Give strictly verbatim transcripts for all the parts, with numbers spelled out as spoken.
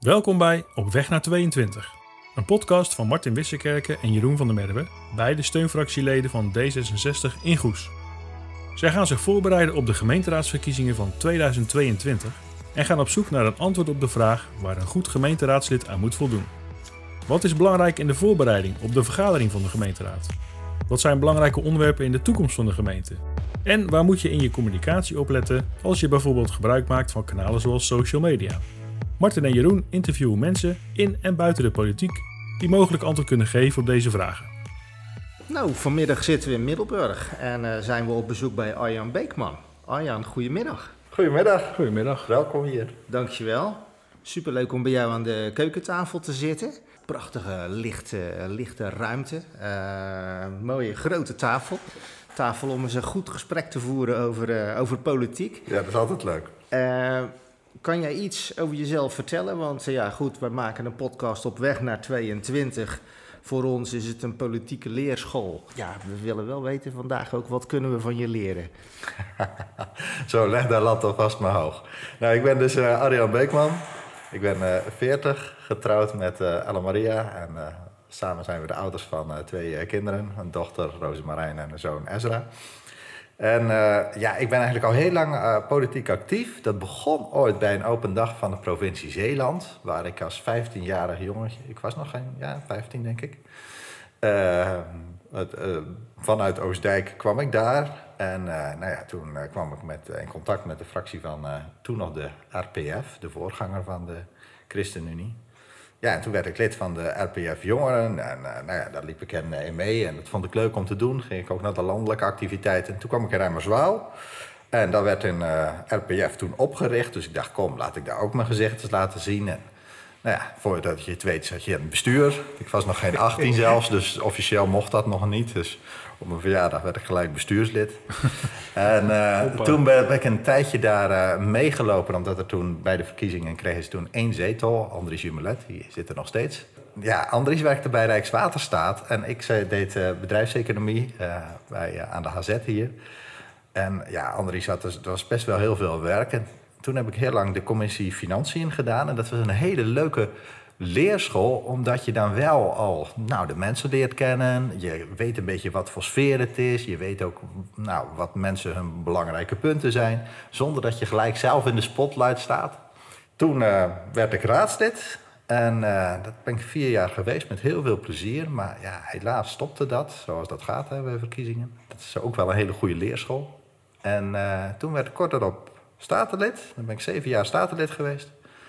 Welkom bij Op weg naar tweeëntwintig. Een podcast van Martin Wissekerke en Jeroen van der Merwe, beide steunfractieleden van D zesenzestig in Goes. Zij gaan zich voorbereiden op de gemeenteraadsverkiezingen van tweeduizend tweeëntwintig en gaan op zoek naar een antwoord op de vraag waar een goed gemeenteraadslid aan moet voldoen. Wat is belangrijk in de voorbereiding op de vergadering van de gemeenteraad? Wat zijn belangrijke onderwerpen in de toekomst van de gemeente? En waar moet je in je communicatie op letten als je bijvoorbeeld gebruik maakt van kanalen zoals social media? Martin en Jeroen interviewen mensen in en buiten de politiek die mogelijk antwoord kunnen geven op deze vragen. Nou, vanmiddag zitten we in Middelburg en uh, zijn we op bezoek bij Arjan Beekman. Arjan, goedemiddag. Goedemiddag. Goedemiddag. Welkom hier. Dankjewel. Superleuk om bij jou aan de keukentafel te zitten. Prachtige, lichte, lichte ruimte. Uh, mooie, grote tafel. Tafel om eens een goed gesprek te voeren over, uh, over politiek. Ja, dat is altijd leuk. Uh, kan jij iets over jezelf vertellen? Want uh, ja, goed, wij maken een podcast op weg naar tweeëntwintig. Voor ons is het een politieke leerschool. Ja, we willen wel weten vandaag ook, wat kunnen we van je leren? Zo, leg daar lat alvast maar hoog. Nou, ik ben dus uh, Arjan Beekman. Ik ben uh, veertig, getrouwd met uh, Ella Maria. En uh, samen zijn we de ouders van uh, twee uh, kinderen. Een dochter, Rosemarijn, en een zoon, Ezra. En uh, ja, ik ben eigenlijk al heel lang uh, politiek actief. Dat begon ooit bij een open dag van de provincie Zeeland. Waar ik als vijftienjarig jongetje, ik was nog geen, ja, vijftien denk ik. Uh, het, uh, vanuit Oostdijk kwam ik daar. En uh, nou ja, toen uh, kwam ik met, uh, in contact met de fractie van uh, toen nog de R P F, de voorganger van de ChristenUnie. Ja, en toen werd ik lid van de R P F Jongeren en uh, nou ja, daar liep ik in mee en dat vond ik leuk om te doen. Ging ik ook naar de landelijke activiteiten en toen kwam ik in Reimerswaal. En daar werd een uh, R P F toen opgericht, dus ik dacht kom, laat ik daar ook mijn gezicht eens laten zien. En nou ja, voordat je het weet zat je in het bestuur. Ik was nog geen achttien zelfs, dus officieel mocht dat nog niet. Dus op mijn verjaardag werd ik gelijk bestuurslid. En uh, toen ben ik een tijdje daar uh, meegelopen, omdat er toen bij de verkiezingen kregen ze toen één zetel. Andries Jumelet, die zit er nog steeds. Ja, Andries werkte bij Rijkswaterstaat en ik deed uh, bedrijfseconomie uh, bij, uh, aan de H Z hier. En ja, Andries had dus, er was best wel heel veel werk. En toen heb ik heel lang de commissie Financiën gedaan. En dat was een hele leuke leerschool, omdat je dan wel al nou, de mensen leert kennen. Je weet een beetje wat voor sfeer het is. Je weet ook nou, wat mensen hun belangrijke punten zijn. Zonder dat je gelijk zelf in de spotlight staat. Toen uh, werd ik raadslid. En uh, dat ben ik vier jaar geweest met heel veel plezier. Maar ja, helaas stopte dat, zoals dat gaat hè, bij verkiezingen. Dat is ook wel een hele goede leerschool. En uh, toen werd ik kort erop statenlid. Dan ben ik zeven jaar statenlid geweest.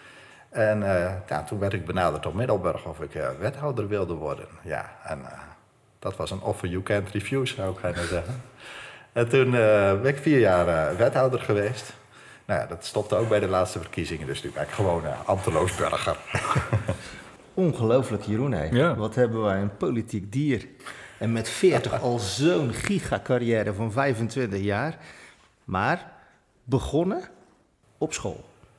En uh, ja, toen werd ik benaderd door Middelburg of ik uh, wethouder wilde worden. Ja, en uh, dat was een offer you can't refuse, zou ik bijna zeggen. En toen uh, ben ik vier jaar uh, wethouder geweest. Nou ja, dat stopte ook bij de laatste verkiezingen. Dus nu ben ik gewoon uh, ambteloos burger. Ongelooflijk, Jeroen. Hè? Ja. Wat hebben wij een politiek dier. En met veertig al zo'n gigacarrière van vijfentwintig jaar. Maar begonnen op school.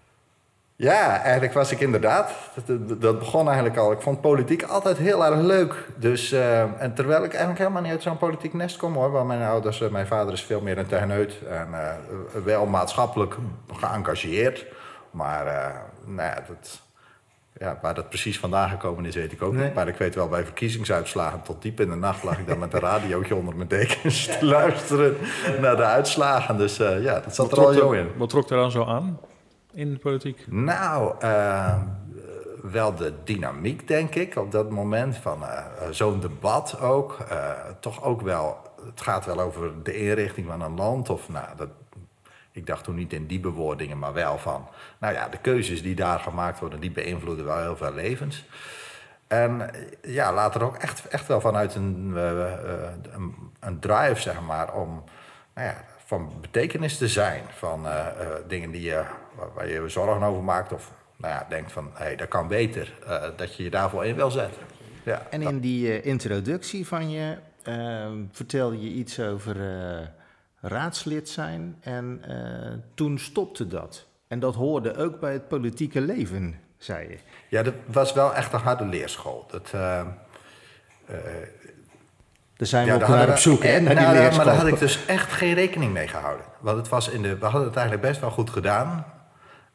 Ja, eigenlijk was ik inderdaad. Dat, dat begon eigenlijk al. Ik vond politiek altijd heel erg leuk. Dus, uh, en terwijl ik eigenlijk helemaal niet uit zo'n politiek nest kom hoor. Want mijn ouders, uh, mijn vader is veel meer een techneut. En uh, wel maatschappelijk geëngageerd. Maar uh, nou ja, dat, ja, waar dat precies vandaan gekomen is, weet ik ook nee. niet. Maar ik weet wel, bij verkiezingsuitslagen tot diep in de nacht lag ik dan met een radiootje onder mijn dekens te luisteren naar de uitslagen. Dus uh, ja, dat zat er al jong in. Wat trok er dan zo aan in de politiek? Nou, uh, wel de dynamiek, denk ik, op dat moment van uh, zo'n debat ook. Uh, toch ook wel, het gaat wel over de inrichting van een land. Of, nou, dat, ik dacht toen niet in die bewoordingen, maar wel van, nou ja, de keuzes die daar gemaakt worden, die beïnvloeden wel heel veel levens. En ja, later ook echt, echt wel vanuit een, uh, uh, een, een drive, zeg maar, om, nou ja, van betekenis te zijn. Van uh, uh, dingen die je, waar je zorgen over maakt of nou ja, denkt van, hé, hey, dat kan beter. Uh, dat je je daarvoor in wil zetten. Ja, en dat... in die uh, introductie van je uh, vertelde je iets over uh, raadslid zijn. En uh, toen stopte dat. En dat hoorde ook bij het politieke leven, zei je. Ja, dat was wel echt een harde leerschool. Dat... Uh, uh, Daar zijn we ja, ook naar op zoek, hè, naar nou, die leerschool. Maar daar had ik dus echt geen rekening mee gehouden. Want het was in de, we hadden het eigenlijk best wel goed gedaan.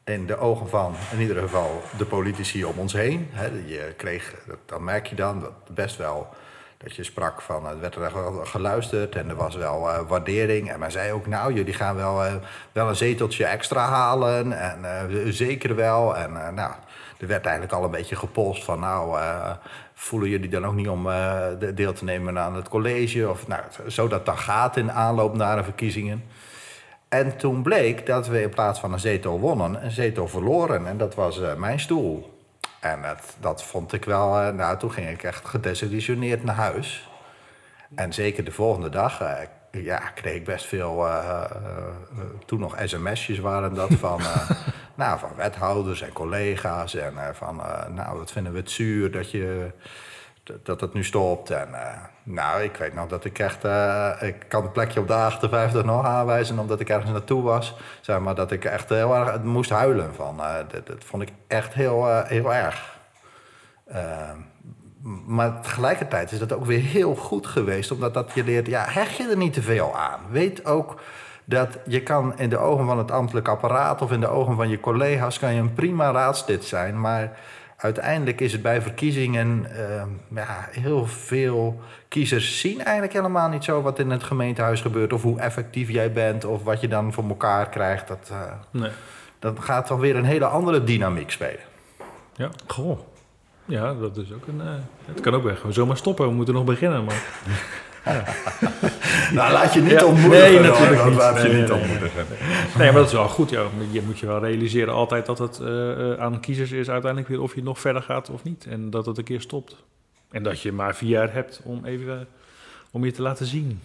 in de ogen van in ieder geval de politici om ons heen. Hè, je kreeg, dan merk je dan dat best wel dat je sprak van, het werd er wel geluisterd en er was wel uh, waardering. En men zei ook, nou, jullie gaan wel, uh, wel een zeteltje extra halen en uh, zeker wel. En uh, nou, er werd eigenlijk al een beetje gepolst van, nou, uh, voelen jullie dan ook niet om uh, deel te nemen aan het college? Of nou, zo dat dan gaat in aanloop naar de verkiezingen. En toen bleek dat we in plaats van een zetel wonnen, een zetel verloren. En dat was uh, mijn stoel. En dat, dat vond ik wel... Uh, nou, toen ging ik echt gedesillusioneerd naar huis. En zeker de volgende dag uh, ja, kreeg ik best veel... Uh, uh, toen nog sms'jes waren dat van, uh, nou, van wethouders en collega's. En uh, van, uh, nou, wat vinden we het zuur dat je... dat het nu stopt. En uh, nou, ik weet nog dat ik echt... Uh, ik kan het plekje op de achtenvijftig nog aanwijzen, omdat ik ergens naartoe was. Zeg maar dat ik echt heel erg moest huilen van. Uh, dat, dat vond ik echt heel, uh, heel erg. Uh, maar tegelijkertijd is dat ook weer heel goed geweest, omdat dat je leert, ja, hecht je er niet te veel aan. Weet ook dat je kan in de ogen van het ambtelijk apparaat of in de ogen van je collega's kan je een prima raadslid zijn, maar uiteindelijk is het bij verkiezingen, uh, ja, heel veel kiezers zien eigenlijk helemaal niet zo wat in het gemeentehuis gebeurt, of hoe effectief jij bent, of wat je dan voor elkaar krijgt. Dat, uh, Nee. dat gaat dan weer een hele andere dynamiek spelen. Ja, goh. Ja, dat is ook een... Uh, het kan ook weer gewoon zomaar stoppen. We moeten nog beginnen, maar... Ja. Nou, laat je niet Ja, ontmoedigen. nee, natuurlijk hoor. niet. Laat je Nee, niet nee, nee. ontmoedigen. Nee, maar dat is wel goed. Ja. Je moet je wel realiseren altijd dat het uh, aan kiezers is uiteindelijk weer of je nog verder gaat of niet. En dat het een keer stopt. En dat je maar vier jaar hebt om even uh, om je te laten zien.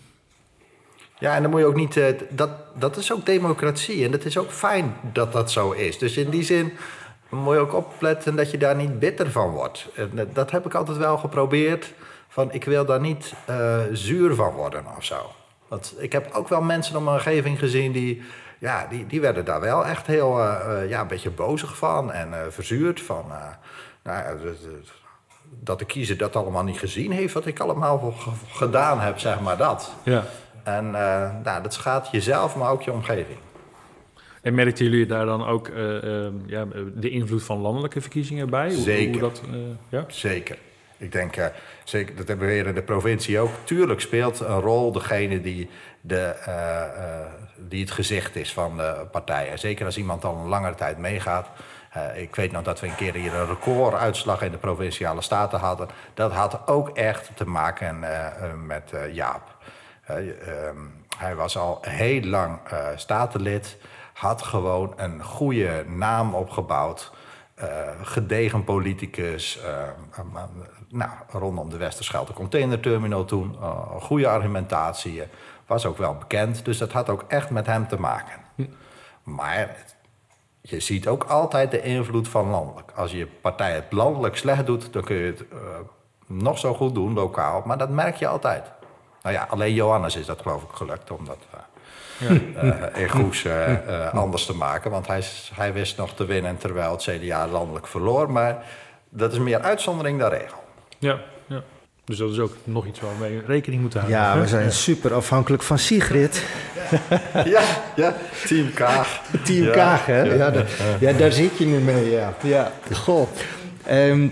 Ja, en dan moet je ook niet... Uh, dat, dat is ook democratie. En dat is ook fijn dat dat zo is. Dus in die zin moet je ook opletten dat je daar niet bitter van wordt. En dat heb ik altijd wel geprobeerd. Van, ik wil daar niet uh, zuur van worden of zo. Want ik heb ook wel mensen om mijn omgeving gezien die... Ja, die, die werden daar wel echt heel... Uh, uh, ja, een beetje bozig van en uh, verzuurd van... Uh, nou, uh, dat de kiezer dat allemaal niet gezien heeft, wat ik allemaal g- gedaan heb, zeg maar dat. Ja. En uh, nou, dat schaadt jezelf, maar ook je omgeving. En merkten jullie daar dan ook uh, uh, ja, de invloed van landelijke verkiezingen bij? Hoe, Zeker. Hoe dat, uh, ja? Zeker. Ik denk, uh, zeker, dat hebben we hier in de provincie ook. Tuurlijk speelt een rol degene die, de, uh, uh, die het gezicht is van de partijen. Zeker als iemand al een langere tijd meegaat. Uh, ik weet nog dat we een keer hier een recorduitslag in de Provinciale Staten hadden. Dat had ook echt te maken uh, met uh, Jaap. Uh, um, hij was al heel lang uh, statenlid. Had gewoon een goede naam opgebouwd. Uh, gedegen politicus. Uh, uh, nou, rondom de Westerschelde containerterminal toen. Uh, goede argumentatie. Was ook wel bekend. Dus dat had ook echt met hem te maken. Hm. Maar je ziet ook altijd de invloed van landelijk. Als je partij het landelijk slecht doet, dan kun je het uh, nog zo goed doen, lokaal. Maar dat merk je altijd. Nou ja, alleen Johannes is dat geloof ik gelukt om dat uh, ja. uh, in Goes uh, uh, anders te maken. Want hij, hij wist nog te winnen terwijl het C D A landelijk verloor. Maar dat is meer uitzondering dan regel. Ja, ja. Dus dat is ook nog iets waar we mee rekening moeten houden. Ja, we zijn super afhankelijk van Sigrid. Ja, ja, Team Kaag. Team ja. Kaag, hè? Ja, daar, ja, daar zit je nu mee, ja. Ja, goh. Um,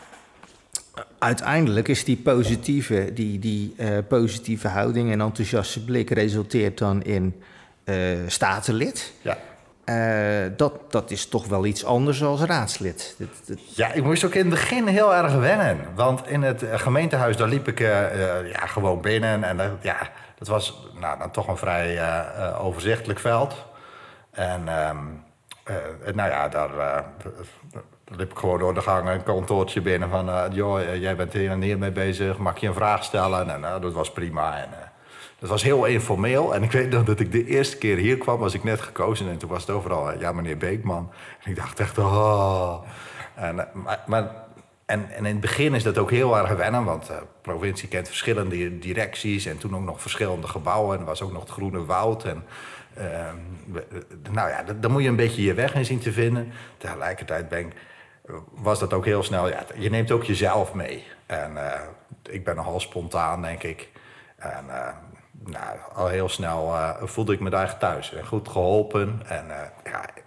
uiteindelijk is die positieve, die, die uh, positieve houding en enthousiaste blik resulteert dan in uh, statenlid. Ja. Uh, dat, dat is toch wel iets anders als raadslid. Dat, dat... Ja, ik moest ook in het begin heel erg wennen. Want in het gemeentehuis, daar liep ik uh, uh, ja, gewoon binnen. En uh, ja, dat was nou, dan toch een vrij uh, uh, overzichtelijk veld. En um, uh, nou ja, daar uh, liep ik gewoon door de gang een kantoortje binnen van... Uh, joh, jij bent hier en hier mee bezig, mag je een vraag stellen? En uh, dat was prima. En, uh, dat was heel informeel. En ik weet nog dat ik de eerste keer hier kwam, was ik net gekozen. En toen was het overal, ja, meneer Beekman. En ik dacht echt, oh. En, maar, maar, en, en in het begin is dat ook heel erg wennen. Want de uh, provincie kent verschillende directies. En toen ook nog verschillende gebouwen. En er was ook nog het Groene Woud. En, uh, nou ja, daar moet je een beetje je weg in zien te vinden. Tegelijkertijd ben ik, was dat ook heel snel. Ja, je neemt ook jezelf mee. En uh, ik ben nogal spontaan, denk ik. En... Uh, Nou, al heel snel uh, voelde ik me daar thuis en goed geholpen. En uh, ja,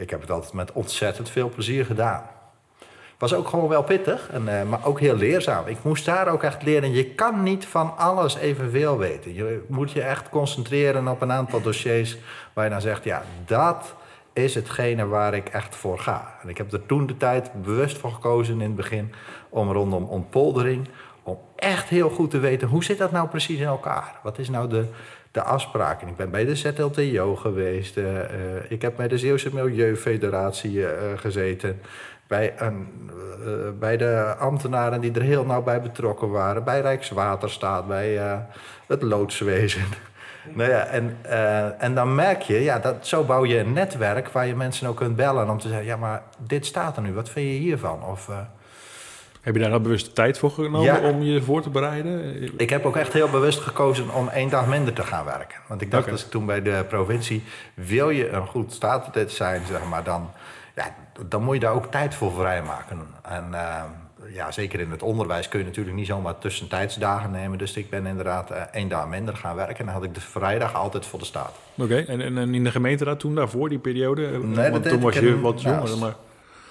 ik heb het altijd met ontzettend veel plezier gedaan. Was ook gewoon wel pittig, en, uh, maar ook heel leerzaam. Ik moest daar ook echt leren. Je kan niet van alles evenveel weten. Je moet je echt concentreren op een aantal dossiers waar je dan zegt, ja, dat is hetgene waar ik echt voor ga. En ik heb er toen de tijd bewust voor gekozen in het begin om rondom ontpoldering, om echt heel goed te weten, hoe zit dat nou precies in elkaar? Wat is nou de, de afspraak? En ik ben bij de Z L T I O geweest. Uh, uh, ik heb bij de Zeeuwse Milieufederatie uh, gezeten. Bij, een, uh, bij de ambtenaren die er heel nauw bij betrokken waren. Bij Rijkswaterstaat, bij uh, het loodswezen. Nou ja, en, uh, en dan merk je, ja, dat, zo bouw je een netwerk waar je mensen ook kunt bellen om te zeggen, ja, maar dit staat er nu, wat vind je hiervan? Of, uh, heb je daar nou bewust de tijd voor genomen ja. om je voor te bereiden? Ik heb ook echt heel bewust gekozen om één dag minder te gaan werken. Want ik dacht, okay. dus toen bij de provincie, wil je een goed staatslid zijn, zeg maar, dan, ja, dan moet je daar ook tijd voor vrijmaken. En uh, ja, zeker in het onderwijs kun je natuurlijk niet zomaar tussentijdsdagen nemen. Dus ik ben inderdaad uh, één dag minder gaan werken. En dan had ik de vrijdag altijd voor de staat. Oké, okay. en, en in de gemeenteraad toen daarvoor, die periode? Nee, Want dat toen was je wat naast. jonger, maar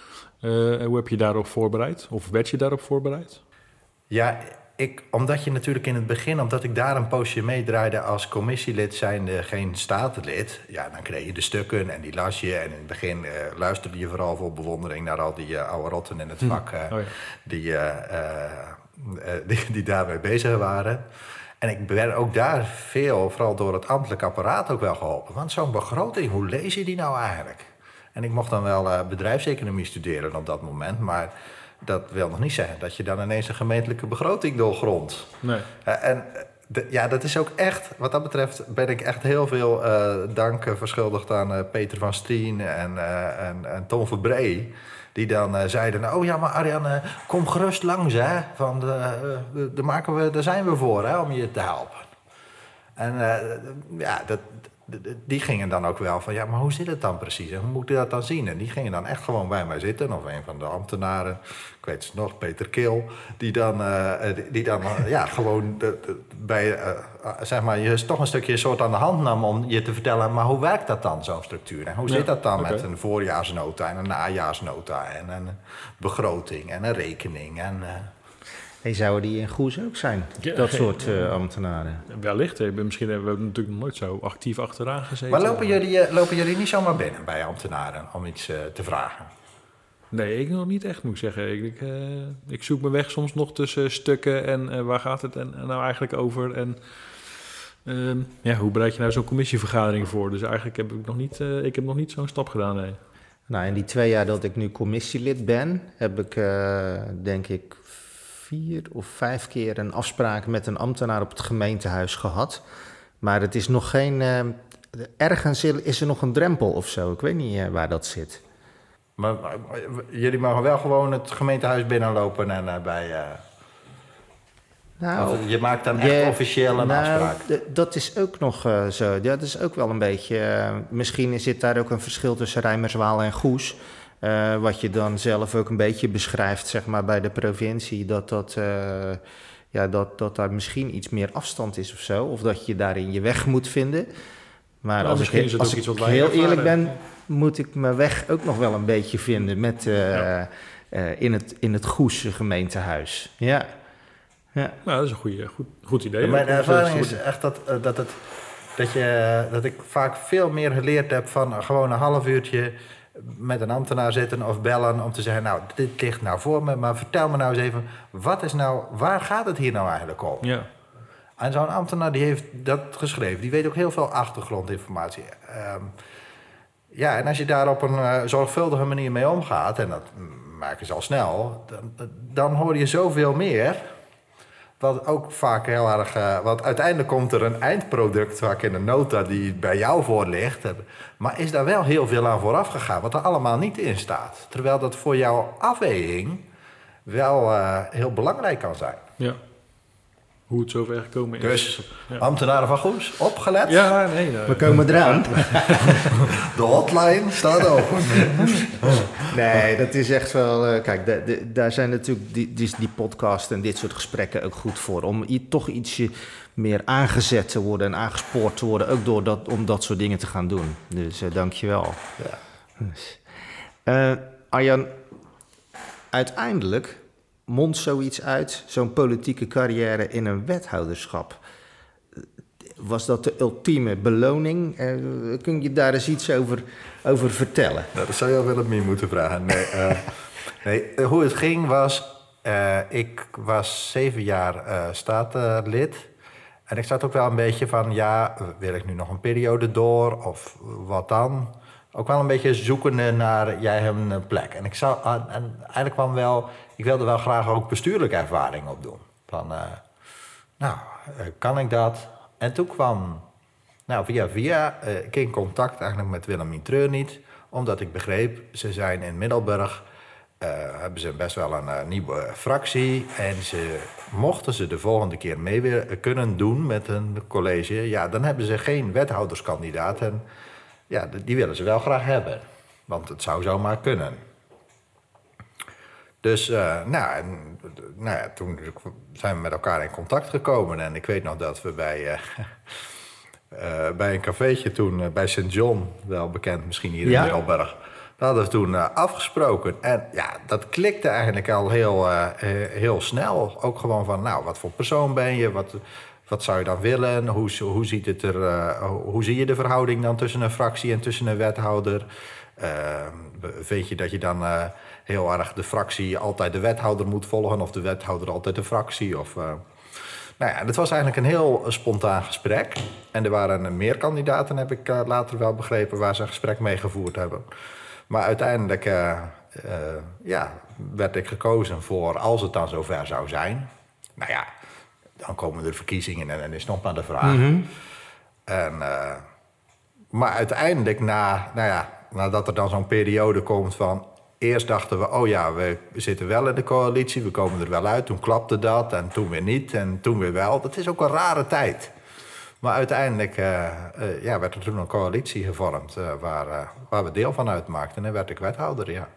uh, hoe heb je daarop voorbereid? Of werd je daarop voorbereid? Ja, ik, omdat je natuurlijk in het begin, omdat ik daar een poosje meedraaide als commissielid zijnde geen statenlid, ja, dan kreeg je de stukken en die las je. En in het begin uh, luisterde je vooral vol bewondering naar al die uh, oude rotten in het vak uh, oh ja. die, uh, uh, uh, die, die daarmee bezig waren. En ik ben ook daar veel, vooral door het ambtelijk apparaat ook wel geholpen. Want zo'n begroting, hoe lees je die nou eigenlijk? En ik mocht dan wel uh, bedrijfseconomie studeren op dat moment, maar dat wil nog niet zeggen dat je dan ineens een gemeentelijke begroting doorgrondt. Nee. Uh, en de, ja, dat is ook echt, wat dat betreft ben ik echt heel veel uh, dank verschuldigd aan uh, Peter van Strien en, uh, en, en Tom Verbree. Die dan uh, zeiden, oh ja, maar Arjan, kom gerust langs, hè. Van de, uh, de, de maken we, daar zijn we voor, hè, om je te helpen. En uh, ja, dat, die gingen dan ook wel van, ja, maar hoe zit het dan precies? En hoe moet je dat dan zien? En die gingen dan echt gewoon bij mij zitten. Of een van de ambtenaren, ik weet het nog, Peter Kil. Die dan, uh, die, die dan uh, ja, gewoon de, de, bij, uh, zeg maar, je toch een stukje soort aan de hand nam om je te vertellen, maar hoe werkt dat dan, zo'n structuur? En hoe ja, zit dat dan okay. met een voorjaarsnota en een najaarsnota en een begroting en een rekening en... Uh, Hey, zouden die in Goes ook zijn, ja, dat geen, soort uh, ambtenaren? Wellicht. Misschien hebben we natuurlijk nog nooit zo actief achteraan gezeten. Maar lopen jullie, uh, lopen jullie niet zomaar binnen bij ambtenaren om iets uh, te vragen? Nee, ik nog niet echt, moet ik zeggen. Ik, uh, ik zoek mijn weg soms nog tussen stukken en uh, waar gaat het en, en nou eigenlijk over? En uh, ja, hoe bereid je nou zo'n commissievergadering voor? Dus eigenlijk heb ik nog niet, uh, ik heb nog niet zo'n stap gedaan, nee. Nou, in die twee jaar dat ik nu commissielid ben, heb ik uh, denk ik vier of vijf keer een afspraak met een ambtenaar op het gemeentehuis gehad. Maar het is nog geen... Uh, ergens is er nog een drempel of zo. Ik weet niet uh, waar dat zit. Maar, maar jullie mogen wel gewoon het gemeentehuis binnenlopen en uh, bij... Uh, nou, je maakt dan echt je, officieel een nou, afspraak. D- dat is ook nog uh, zo. Ja, dat is ook wel een beetje... Uh, misschien zit daar ook een verschil tussen Rijmerswaal en Goes. Uh, wat je dan zelf ook een beetje beschrijft, zeg maar, bij de provincie, dat, dat, uh, ja, dat, dat daar misschien iets meer afstand is of zo, of dat je daarin je weg moet vinden. Maar ja, als ik, als ik heel eerlijk ben, moet ik mijn weg ook nog wel een beetje vinden met, uh, ja. uh, in, het, in het Goes gemeentehuis. Ja. Ja. Nou, dat is een goede, goed, goed idee. Ja, mijn ervaring is echt dat, uh, dat, het, dat, je, dat ik vaak veel meer geleerd heb van gewoon een half uurtje met een ambtenaar zitten of bellen om te zeggen, nou, dit ligt nou voor me, maar vertel me nou eens even, wat is nou, waar gaat het hier nou eigenlijk om? Ja. En zo'n ambtenaar die heeft dat geschreven, die weet ook heel veel achtergrondinformatie. Um, ja, en als je daar op een uh, zorgvuldige manier mee omgaat, en dat maken ze al snel, dan, dan hoor je zoveel meer. Wat ook vaak heel erg... Uh, want uiteindelijk komt er een eindproduct, vaak in een nota die bij jou voor ligt. Maar is daar wel heel veel aan vooraf gegaan, wat er allemaal niet in staat. Terwijl dat voor jouw afweging wel uh, heel belangrijk kan zijn. Ja. Hoe het zover gekomen is. Dus, ja. Ambtenaren van Goes, opgelet? Ja, nee. nee We komen eraan. De hotline staat open. Nee, dat is echt wel... Uh, kijk, de, de, daar zijn natuurlijk die, die, die podcast en dit soort gesprekken ook goed voor. Om i- toch ietsje meer aangezet te worden en aangespoord te worden. Ook door dat, om dat soort dingen te gaan doen. Dus uh, dank je wel. Ja. Uh, Arjan, uiteindelijk mondt zoiets uit, zo'n politieke carrière in een wethouderschap. Was dat de ultieme beloning? Uh, kun je daar eens iets over, over vertellen? Nou, dat zou je al wel op mij moeten vragen. Nee, uh, nee, hoe het ging was... Uh, ik was zeven jaar uh, statenlid. En ik zat ook wel een beetje van... ja, wil ik nu nog een periode door? Of wat dan? Ook wel een beetje zoekende naar... jij hebt een plek. En, ik zou, uh, en eigenlijk kwam wel... ik wilde wel graag ook bestuurlijke ervaring opdoen. Van, uh, nou, uh, kan ik dat? En toen kwam... nou, via via... Uh, ik in contact eigenlijk met Willemien Treurniet... omdat ik begreep... ze zijn in Middelburg... Uh, hebben ze best wel een uh, nieuwe fractie. En ze, mochten ze de volgende keer mee weer kunnen doen met een college... ja, dan hebben ze geen wethouderskandidaat. En ja, die willen ze wel graag hebben. Want het zou zomaar kunnen. Dus uh, nou, en, nou ja, toen zijn we met elkaar in contact gekomen. En ik weet nog dat we bij, uh, uh, bij een cafeetje toen... Uh, bij Saint John, wel bekend misschien hier ja. in Middelburg... dat hadden we toen uh, afgesproken. En ja, dat klikte eigenlijk al heel, uh, heel snel. Ook gewoon van, nou, wat voor persoon ben je? Wat, wat zou je dan willen? Hoe, hoe, ziet het er, uh, hoe zie je de verhouding dan tussen een fractie en tussen een wethouder? Uh, vind je dat je dan uh, heel erg de fractie altijd de wethouder moet volgen... of de wethouder altijd de fractie? Of, uh... Nou ja, het was eigenlijk een heel spontaan gesprek. En er waren meer kandidaten, heb ik uh, later wel begrepen... waar ze een gesprek mee gevoerd hebben... Maar uiteindelijk uh, uh, ja, werd ik gekozen voor, als het dan zover zou zijn... nou ja, dan komen er verkiezingen en dan is nog maar de vraag. Mm-hmm. En, uh, maar uiteindelijk, na, nou ja, nadat er dan zo'n periode komt van... eerst dachten we, oh ja, we zitten wel in de coalitie, we komen er wel uit. Toen klapte dat en toen weer niet en toen weer wel. Dat is ook een rare tijd. Maar uiteindelijk uh, uh, ja, werd er toen een coalitie gevormd uh, waar, uh, waar we deel van uitmaakten. En werd ik wethouder, ja.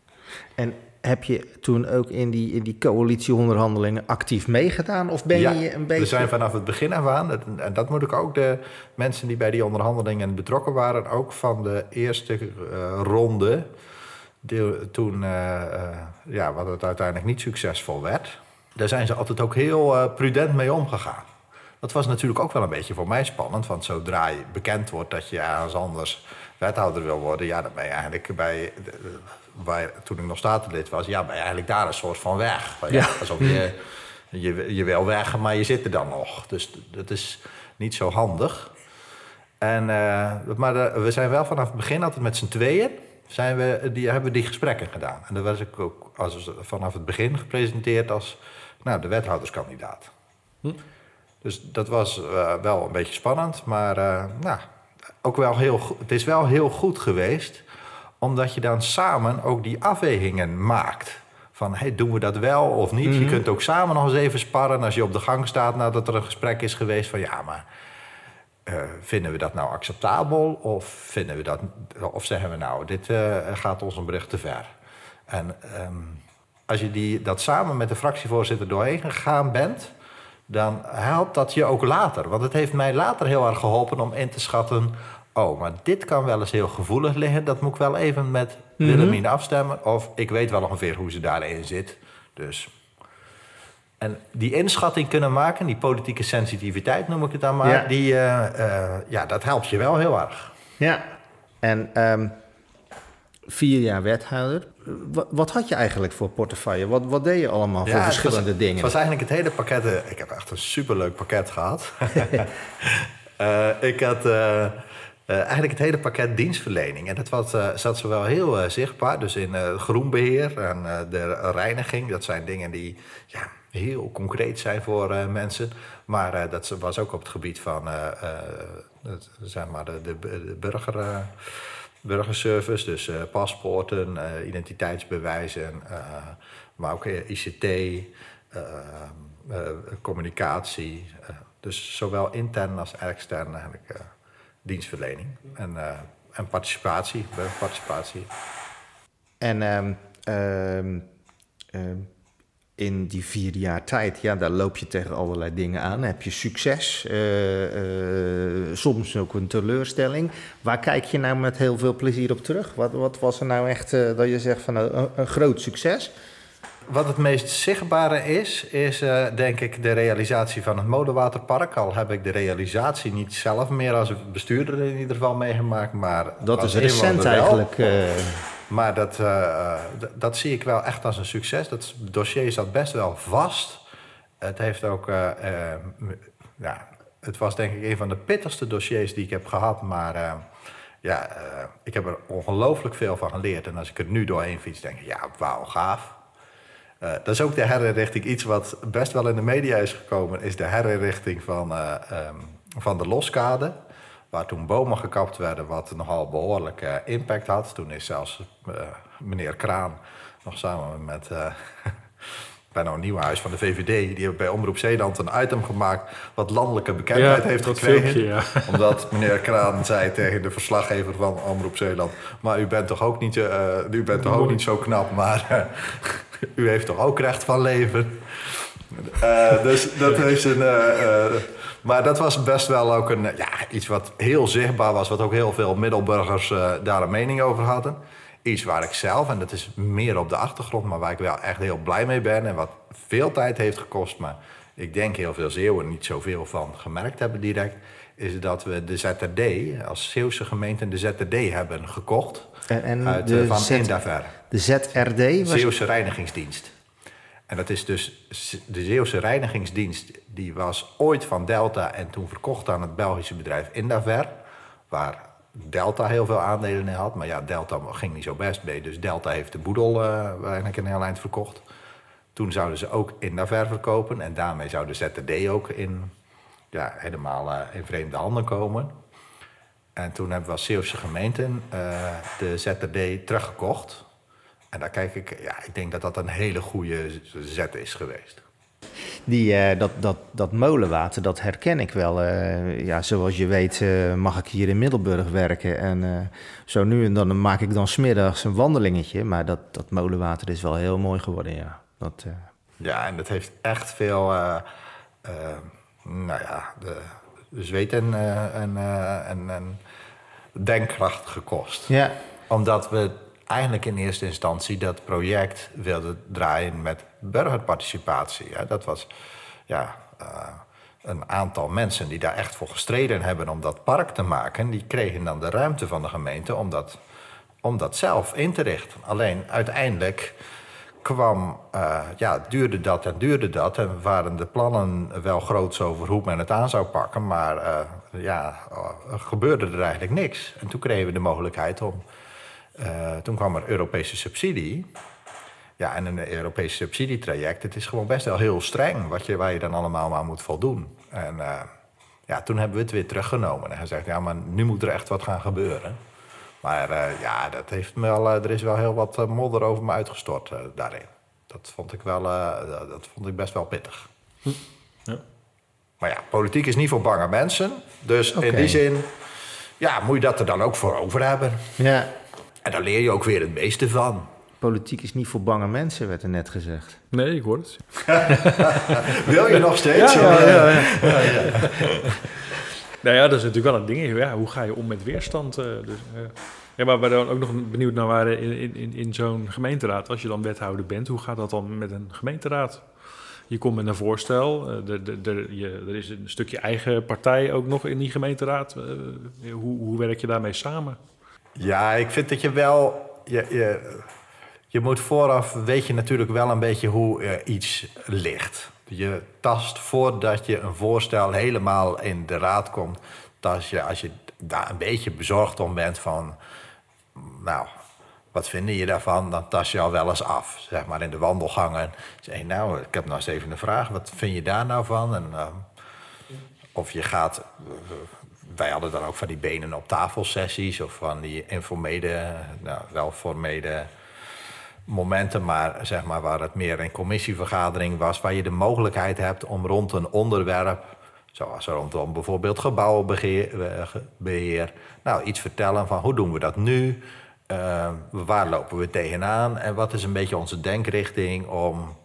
En heb je toen ook in die, in die coalitieonderhandelingen actief meegedaan? Of ben ja, je een beetje... we zijn vanaf het begin af aan, en dat moet ik ook de mensen die bij die onderhandelingen betrokken waren... ook van de eerste uh, ronde, die, toen, uh, uh, ja, wat het uiteindelijk niet succesvol werd... daar zijn ze altijd ook heel uh, prudent mee omgegaan. Dat was natuurlijk ook wel een beetje voor mij spannend. Want zodra je bekend wordt dat je ergens anders wethouder wil worden... ja, dan ben je eigenlijk bij, bij... toen ik nog statenlid was, ja, ben je eigenlijk daar een soort van weg. Ja, ja. Alsof je, je... Je wil weg, maar je zit er dan nog. Dus dat is niet zo handig. En, uh, maar de, we zijn wel vanaf het begin altijd met z'n tweeën... Zijn we, die, hebben we die gesprekken gedaan. En dan was ik ook als, vanaf het begin gepresenteerd als nou, de wethouderskandidaat. Hm. Dus dat was uh, wel een beetje spannend, maar uh, nou, ook wel heel, het is wel heel goed geweest... omdat je dan samen ook die afwegingen maakt. Van, hey, doen we dat wel of niet? Mm-hmm. Je kunt ook samen nog eens even sparren als je op de gang staat... nadat er een gesprek is geweest van... ja, maar uh, vinden we dat nou acceptabel? Of, vinden we dat, of zeggen we nou, dit uh, gaat ons een bericht te ver? En um, als je die, dat samen met de fractievoorzitter doorheen gegaan bent... dan helpt dat je ook later. Want het heeft mij later heel erg geholpen om in te schatten... oh, maar dit kan wel eens heel gevoelig liggen. Dat moet ik wel even met mm-hmm. Willemien afstemmen. Of ik weet wel ongeveer hoe ze daarin zit. Dus. En die inschatting kunnen maken, die politieke sensitiviteit noem ik het dan maar... Ja. Die, uh, uh, ja, dat helpt je wel heel erg. Ja, en um, vier jaar wethouder... Wat, wat had je eigenlijk voor portefeuille? Wat, wat deed je allemaal ja, voor verschillende het was, dingen? Het was eigenlijk het hele pakket. Ik heb echt een superleuk pakket gehad. uh, ik had uh, uh, eigenlijk het hele pakket dienstverlening. En dat was, uh, zat zowel heel uh, zichtbaar. Dus in uh, groenbeheer en uh, de reiniging. Dat zijn dingen die ja, heel concreet zijn voor uh, mensen. Maar uh, dat was ook op het gebied van uh, uh, zeg maar de, de, de burger... Uh, burgerservice, dus uh, paspoorten, uh, identiteitsbewijzen, uh, maar ook I C T, uh, uh, communicatie. Uh, dus zowel intern als extern eigenlijk uh, dienstverlening en, uh, en participatie, burgerparticipatie. En um, um, um, in die vier jaar tijd, ja, daar loop je tegen allerlei dingen aan. Heb je succes, uh, uh, soms ook een teleurstelling. Waar kijk je nou met heel veel plezier op terug? Wat, wat was er nou echt uh, dat je zegt van uh, een, een groot succes? Wat het meest zichtbare is, is uh, denk ik de realisatie van het Molenwaterpark. Al heb ik de realisatie niet zelf meer als bestuurder in ieder geval meegemaakt. Maar dat is recent eigenlijk. Uh... Maar dat, uh, d- dat zie ik wel echt als een succes. Dat dossier zat best wel vast. Het heeft ook, uh, uh, ja, het was denk ik een van de pittigste dossiers die ik heb gehad. Maar uh, ja, uh, ik heb er ongelooflijk veel van geleerd. En als ik er nu doorheen fiets, denk ik, ja, wauw, gaaf. Uh, dat is ook de herinrichting. Iets wat best wel in de media is gekomen, is de herinrichting van, uh, um, van de Loskade. Waar toen bomen gekapt werden, wat nogal behoorlijk uh, impact had. Toen is zelfs uh, meneer Kraan nog samen met uh, Benno Nieuwenhuis van de V V D... die hebben bij Omroep Zeeland een item gemaakt wat landelijke bekendheid ja, heeft gekregen. Filmpje, ja. Omdat meneer Kraan zei tegen de verslaggever van Omroep Zeeland... maar u bent toch ook niet, uh, u bent toch ook niet zo knap, maar uh, u heeft toch ook recht van leven? Uh, dus dat heeft een... Uh, uh, Maar dat was best wel ook een, ja, iets wat heel zichtbaar was... wat ook heel veel middelburgers uh, daar een mening over hadden. Iets waar ik zelf, en dat is meer op de achtergrond... maar waar ik wel echt heel blij mee ben... en wat veel tijd heeft gekost... maar ik denk heel veel Zeeuwen niet zoveel van gemerkt hebben direct... is dat we de Z R D, als Zeeuwse gemeente... de Z R D hebben gekocht en, en uit, de van Z- Indaver. De Z R D? Was Zeeuwse Reinigingsdienst. En dat is dus de Zeeuwse Reinigingsdienst, die was ooit van Delta en toen verkocht aan het Belgische bedrijf Indaver, waar Delta heel veel aandelen in had. Maar ja, Delta ging niet zo best mee, dus Delta heeft de boedel uh, eigenlijk een heel eind verkocht. Toen zouden ze ook Indaver verkopen en daarmee zou de Z R D ook in, ja, helemaal uh, in vreemde handen komen. En toen hebben we als Zeeuwse gemeenten uh, de Z R D teruggekocht. En daar kijk ik, ja, ik denk dat dat een hele goede zet is geweest. Die, uh, dat, dat, dat molenwater, dat herken ik wel. Uh, ja, zoals je weet uh, mag ik hier in Middelburg werken. En uh, zo nu en dan maak ik dan 's middags een wandelingetje. Maar dat, dat molenwater is wel heel mooi geworden, ja. Dat, uh... Ja, en dat heeft echt veel, uh, uh, nou ja, de, de zweet en, uh, en, uh, en, en denkkracht gekost. Ja. Omdat we eigenlijk in eerste instantie dat project wilde draaien met burgerparticipatie. Ja, dat was ja, uh, een aantal mensen die daar echt voor gestreden hebben om dat park te maken. Die kregen dan de ruimte van de gemeente om dat, om dat zelf in te richten. Alleen uiteindelijk kwam, uh, ja, duurde dat en duurde dat. En waren de plannen wel groots over hoe men het aan zou pakken. Maar uh, ja, uh, gebeurde er eigenlijk niks. En toen kregen we de mogelijkheid om... Uh, toen kwam er Europese subsidie. Ja, en een Europese subsidietraject, het is gewoon best wel heel streng wat je, waar je dan allemaal aan moet voldoen. En uh, ja, toen hebben we het weer teruggenomen en gezegd, ja, maar nu moet er echt wat gaan gebeuren. Maar uh, ja, dat heeft me wel, uh, er is wel heel wat uh, modder over me uitgestort uh, daarin. Dat vond ik wel, uh, dat vond ik best wel pittig. Hm. Ja. Maar ja, politiek is niet voor bange mensen. Dus okay. In die zin, ja, moet je dat er dan ook voor over hebben. Ja. En daar leer je ook weer het meeste van. Politiek is niet voor bange mensen, werd er net gezegd. Nee, ik hoor het. Wil je nog steeds? Ja, ja, ja, ja. ja, ja. Nou ja, dat is natuurlijk wel een ding. Ja, hoe ga je om met weerstand? Uh, dus, uh. Ja, maar we dan ook nog benieuwd naar waren in, in, in zo'n gemeenteraad. Als je dan wethouder bent, hoe gaat dat dan met een gemeenteraad? Je komt met een voorstel. Uh, de, de, de, je, er is een stukje eigen partij ook nog in die gemeenteraad. Uh, hoe, hoe werk je daarmee samen? Ja, ik vind dat je wel... Je, je, je moet vooraf, weet je natuurlijk wel een beetje hoe uh, iets ligt. Je tast voordat je een voorstel helemaal in de raad komt. Tast je, als je daar een beetje bezorgd om bent van... Nou, wat vind je daarvan? Dan tast je al wel eens af. Zeg maar in de wandelgangen. Zeg je, nou, ik heb nou eens even een vraag. Wat vind je daar nou van? En, uh, of je gaat... Uh, Wij hadden dan ook van die benen op tafel sessies of van die informele, nou, wel formele momenten, maar zeg maar waar het meer een commissievergadering was, waar je de mogelijkheid hebt om rond een onderwerp, zoals rondom bijvoorbeeld gebouwenbeheer, nou iets vertellen van hoe doen we dat nu, uh, waar lopen we tegenaan en wat is een beetje onze denkrichting om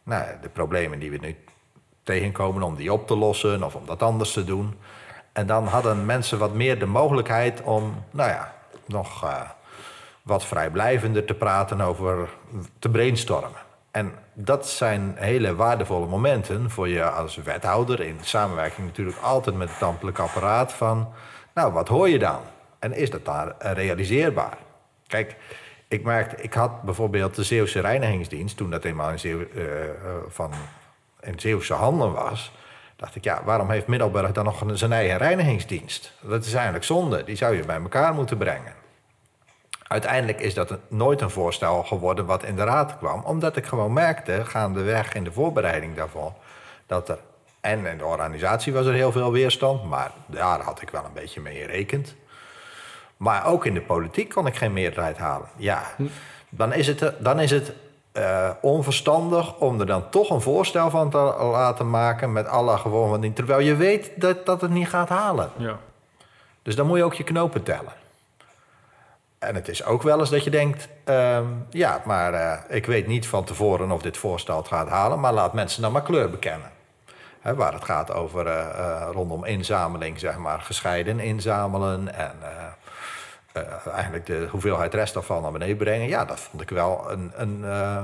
nou, de problemen die we nu tegenkomen, om die op te lossen of om dat anders te doen. En dan hadden mensen wat meer de mogelijkheid om, nou ja, nog uh, wat vrijblijvender te praten over, te brainstormen. En dat zijn hele waardevolle momenten voor je als wethouder, in samenwerking natuurlijk altijd met het ambtelijk apparaat, van, nou, wat hoor je dan? En is dat daar realiseerbaar? Kijk, ik merkte, ik had bijvoorbeeld de Zeeuwse reinigingsdienst, toen dat eenmaal in, Zeeuw, uh, van, in Zeeuwse handen was, dacht ik, ja, waarom heeft Middelburg dan nog zijn eigen reinigingsdienst? Dat is eigenlijk zonde, die zou je bij elkaar moeten brengen. Uiteindelijk is dat nooit een voorstel geworden wat in de raad kwam, omdat ik gewoon merkte, gaandeweg in de voorbereiding daarvan, dat er, en in de organisatie was er heel veel weerstand, maar daar had ik wel een beetje mee gerekend. Maar ook in de politiek kon ik geen meerderheid halen. Ja, dan is het, dan is het uh, onverstandig om er dan toch een voorstel van te laten maken met alle gewoon niet, terwijl je weet dat, dat het niet gaat halen. Ja. Dus dan moet je ook je knopen tellen. En het is ook wel eens dat je denkt, uh, ja, maar uh, ik weet niet van tevoren of dit voorstel het gaat halen, maar laat mensen dan maar kleur bekennen. He, waar het gaat over uh, uh, rondom inzameling, zeg maar, gescheiden inzamelen en uh, uh, eigenlijk de hoeveelheid restafval naar beneden brengen. Ja, dat vond ik wel een, een, uh,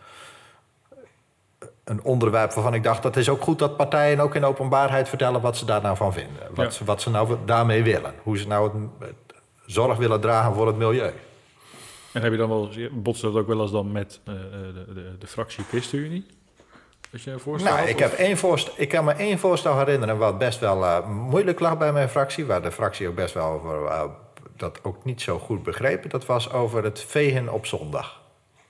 een onderwerp waarvan ik dacht, dat is ook goed dat partijen ook in openbaarheid vertellen wat ze daar nou van vinden. Wat, ja. ze, wat ze nou daarmee willen. Hoe ze nou het, het zorg willen dragen voor het milieu. En heb je dan wel, botst dat ook wel eens dan met uh, de, de, de fractie ChristenUnie? Als je een voorstel nou, had, ik, heb één voorstel, ik kan me één voorstel herinneren wat best wel uh, moeilijk lag bij mijn fractie, waar de fractie ook best wel over uh, dat ook niet zo goed begrepen. Dat was over het vegen op zondag.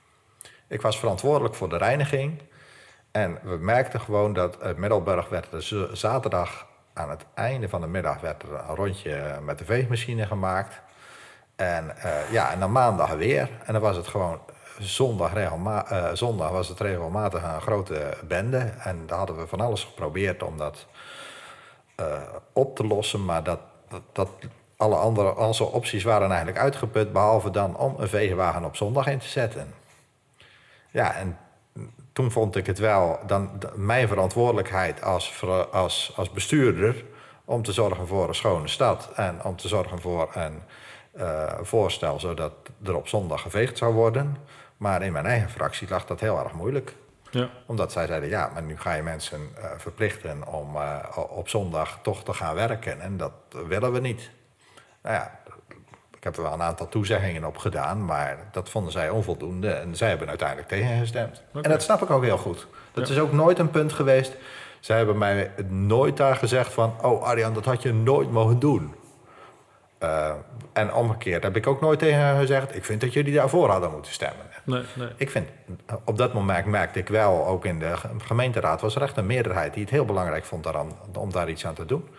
Ik was verantwoordelijk voor de reiniging en we merkten gewoon dat uh, Middelburg werd er z- zaterdag aan het einde van de middag werd er een rondje met de veegmachine gemaakt. En uh, ja, en dan maandag weer. En dan was het gewoon zondag, regelma- uh, zondag was het regelmatig een grote bende. En daar hadden we van alles geprobeerd om dat uh, op te lossen. Maar dat, dat, dat alle andere onze opties waren eigenlijk uitgeput, behalve dan om een veewagen op zondag in te zetten. Ja, en toen vond ik het wel dan mijn verantwoordelijkheid als, als, als bestuurder om te zorgen voor een schone stad en om te zorgen voor een uh, voorstel zodat er op zondag geveegd zou worden. Maar in mijn eigen fractie lag dat heel erg moeilijk. Ja. Omdat zij zeiden, ja, maar nu ga je mensen uh, verplichten om uh, op zondag toch te gaan werken. En dat willen we niet. Nou ja, ik heb er wel een aantal toezeggingen op gedaan, maar dat vonden zij onvoldoende. En zij hebben uiteindelijk tegengestemd. Okay. En dat snap ik ook heel goed. Dat ja. is ook nooit een punt geweest. Zij hebben mij nooit daar gezegd van, oh Arjan, dat had je nooit mogen doen. Uh, en omgekeerd heb ik ook nooit tegen hen gezegd, ik vind dat jullie daarvoor hadden moeten stemmen. Nee, nee. Ik vind, op dat moment merkte ik wel, ook in de gemeenteraad was er echt een meerderheid die het heel belangrijk vond daaraan, om daar iets aan te doen.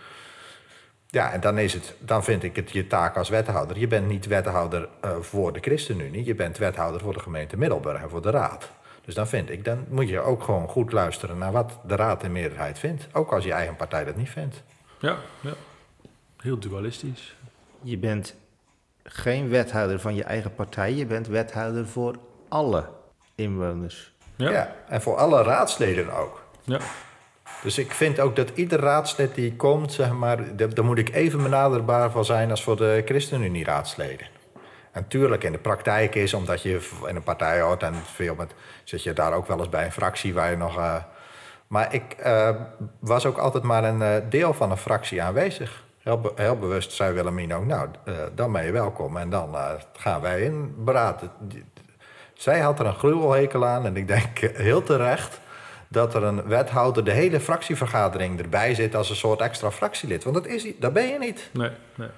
Ja, en dan, is het, dan vind ik het je taak als wethouder. Je bent niet wethouder uh, voor de ChristenUnie, je bent wethouder voor de gemeente Middelburg en voor de raad. Dus dan vind ik, dan moet je ook gewoon goed luisteren naar wat de raad in meerderheid vindt. Ook als je eigen partij dat niet vindt. Ja, ja. Heel dualistisch. Je bent geen wethouder van je eigen partij, je bent wethouder voor alle inwoners. Ja, ja en voor alle raadsleden ook. Ja. Dus ik vind ook dat ieder raadslid die komt, zeg maar, daar moet ik even benaderbaar van zijn als voor de ChristenUnie-raadsleden. En tuurlijk in de praktijk is, omdat je in een partij hoort en veel met, zit je daar ook wel eens bij een fractie waar je nog... Uh, maar ik uh, was ook altijd maar een uh, deel van een fractie aanwezig. Heel, be- heel bewust zei Willemien ook, nou, uh, dan ben je welkom en dan uh, gaan wij in beraad. Zij had er een gruwelhekel aan en ik denk heel terecht dat er een wethouder de hele fractievergadering erbij zit als een soort extra fractielid. Want dat, is, dat ben je niet. Nee, nee.